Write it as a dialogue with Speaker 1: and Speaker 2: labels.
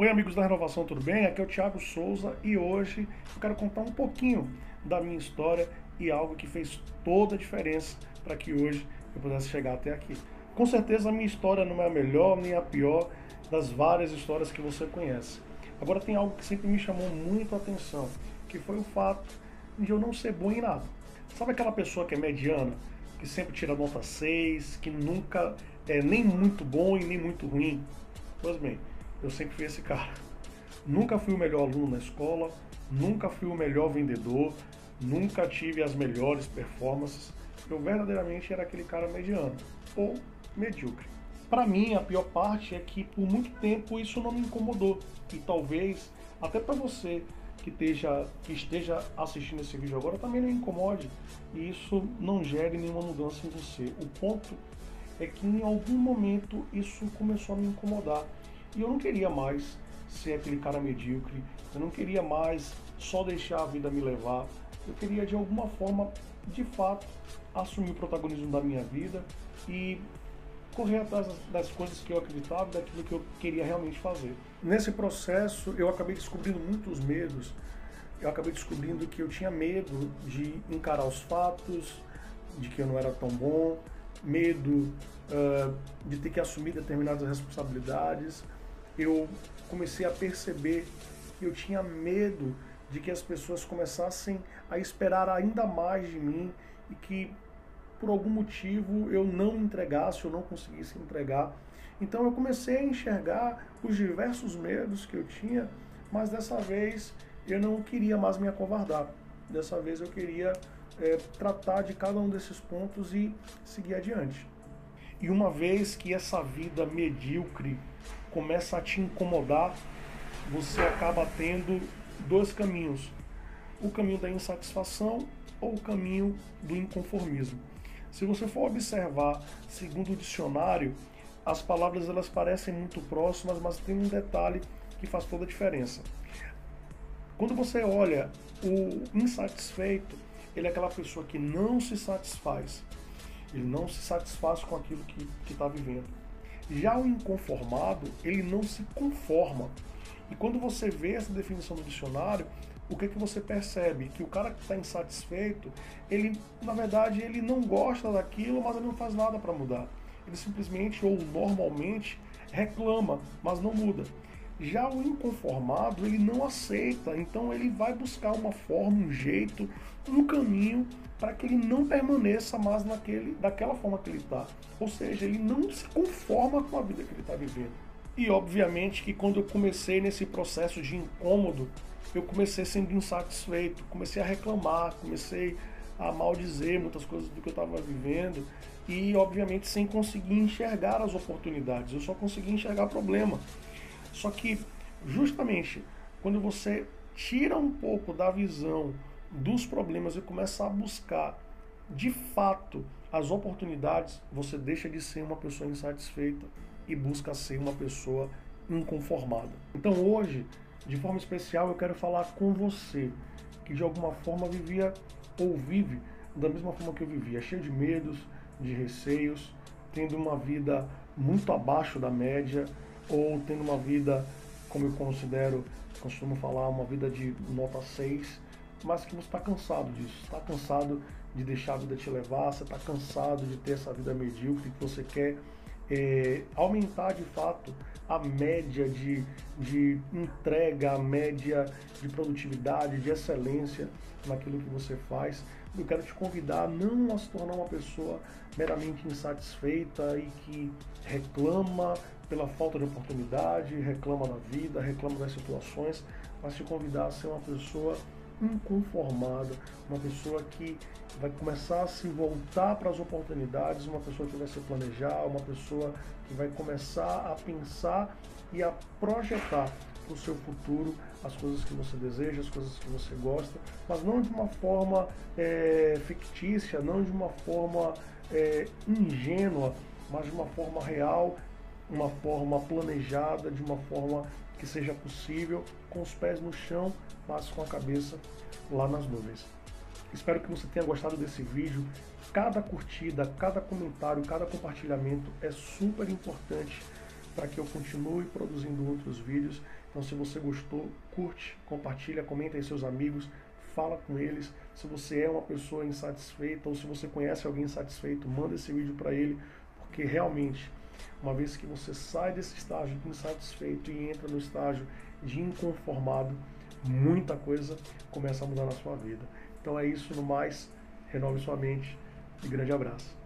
Speaker 1: Oi amigos da Renovação, tudo bem? Aqui é o Thiago Souza e hoje eu quero contar um pouquinho da minha história e algo que fez toda a diferença para que hoje eu pudesse chegar até aqui. Com certeza a minha história não é a melhor nem a pior das várias histórias que você conhece. Agora tem algo que sempre me chamou muito a atenção, que foi o fato de eu não ser bom em nada. Sabe aquela pessoa que é mediana, que sempre tira nota 6, que nunca é nem muito bom e nem muito ruim? Pois bem, eu sempre fui esse cara. Nunca fui o melhor aluno na escola, nunca fui o melhor vendedor, nunca tive as melhores performances. Eu verdadeiramente era aquele cara mediano ou medíocre. Para mim, a pior parte é que por muito tempo isso não me incomodou. E talvez até para você que esteja assistindo esse vídeo agora também não incomode e isso não gere nenhuma mudança em você. O ponto é que em algum momento isso começou a me incomodar. E eu não queria mais ser aquele cara medíocre, eu não queria mais só deixar a vida me levar, eu queria de alguma forma, de fato, assumir o protagonismo da minha vida e correr atrás das coisas que eu acreditava, daquilo que eu queria realmente fazer. Nesse processo eu acabei descobrindo muitos medos, eu acabei descobrindo que eu tinha medo de encarar os fatos, de que eu não era tão bom, medo de ter que assumir determinadas responsabilidades. Eu comecei a perceber que eu tinha medo de que as pessoas começassem a esperar ainda mais de mim e que por algum motivo eu não entregasse, eu não conseguisse entregar. Então eu comecei a enxergar os diversos medos que eu tinha, mas dessa vez eu não queria mais me acovardar. Dessa vez eu queria tratar de cada um desses pontos e seguir adiante. E uma vez que essa vida medíocre começa a te incomodar, você acaba tendo dois caminhos: o caminho da insatisfação ou o caminho do inconformismo. Se você for observar, segundo o dicionário, as palavras elas parecem muito próximas, mas tem um detalhe que faz toda a diferença. Quando você olha o insatisfeito, ele é aquela pessoa que não se satisfaz. Ele não se satisfaz com aquilo que está vivendo. Já o inconformado, ele não se conforma. E quando você vê essa definição do dicionário, o que você percebe? Que o cara que está insatisfeito, ele, na verdade, ele não gosta daquilo, mas ele não faz nada para mudar. Ele simplesmente, ou normalmente, reclama, mas não muda. Já o inconformado, ele não aceita, então ele vai buscar uma forma, um jeito, um caminho para que ele não permaneça mais daquela forma que ele está. Ou seja, ele não se conforma com a vida que ele está vivendo. E obviamente que quando eu comecei nesse processo de incômodo, eu comecei sendo insatisfeito, comecei a reclamar, comecei a maldizer muitas coisas do que eu estava vivendo e obviamente sem conseguir enxergar as oportunidades, eu só conseguia enxergar problema. Só que justamente quando você tira um pouco da visão dos problemas e começa a buscar de fato as oportunidades, você deixa de ser uma pessoa insatisfeita e busca ser uma pessoa inconformada. Então hoje, de forma especial, eu quero falar com você que de alguma forma vivia ou vive da mesma forma que eu vivia, cheio de medos, de receios, tendo uma vida muito abaixo da média ou tendo uma vida, como eu costumo falar, uma vida de nota 6, mas que você está cansado disso, está cansado de deixar a vida te levar, você está cansado de ter essa vida medíocre, que você quer aumentar de fato a média de entrega, a média de produtividade, de excelência naquilo que você faz. Eu quero te convidar não a se tornar uma pessoa meramente insatisfeita e que reclama pela falta de oportunidade, reclama da vida, reclama das situações, mas te convidar a ser uma pessoa inconformada, uma pessoa que vai começar a se voltar para as oportunidades, uma pessoa que vai se planejar, uma pessoa que vai começar a pensar e a projetar para o seu futuro as coisas que você deseja, as coisas que você gosta, mas não de uma forma fictícia, não de uma forma ingênua, mas de uma forma real, uma forma planejada, de uma forma que seja possível, com os pés no chão, mas com a cabeça lá nas nuvens. Espero que você tenha gostado desse vídeo. Cada curtida, cada comentário, cada compartilhamento é super importante para que eu continue produzindo outros vídeos. Então, se você gostou, curte, compartilha, comenta aí seus amigos, fala com eles. Se você é uma pessoa insatisfeita ou se você conhece alguém insatisfeito, manda esse vídeo para ele, porque realmente, uma vez que você sai desse estágio de insatisfeito e entra no estágio de inconformado, muita coisa começa a mudar na sua vida. Então é isso, no mais, renove sua mente e grande abraço.